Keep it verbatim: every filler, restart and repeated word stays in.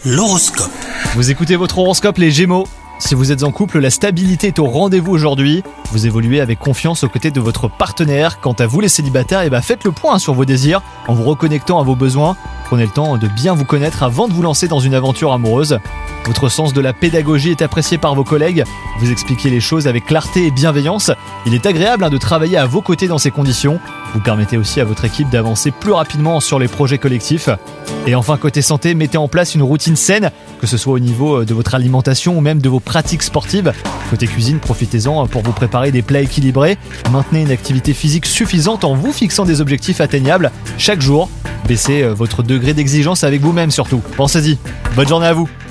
L'horoscope. Vous écoutez votre horoscope les Gémeaux. Si vous êtes en couple, la stabilité est au rendez-vous aujourd'hui. Vous évoluez avec confiance aux côtés de votre partenaire. Quant à vous les célibataires, eh ben faites le point sur vos désirs en vous reconnectant à vos besoins. Prenez le temps de bien vous connaître avant de vous lancer dans une aventure amoureuse. Votre sens de la pédagogie est apprécié par vos collègues. Vous expliquez les choses avec clarté et bienveillance. Il est agréable hein, de travailler à vos côtés dans ces conditions. Vous permettez aussi à votre équipe d'avancer plus rapidement sur les projets collectifs. Et enfin, côté santé, mettez en place une routine saine, que ce soit au niveau de votre alimentation ou même de vos pratiques sportives. Côté cuisine, profitez-en pour vous préparer des plats équilibrés. Maintenez une activité physique suffisante en vous fixant des objectifs atteignables chaque jour. Baissez votre degré d'exigence avec vous-même surtout. Pensez-y. Bonne journée à vous.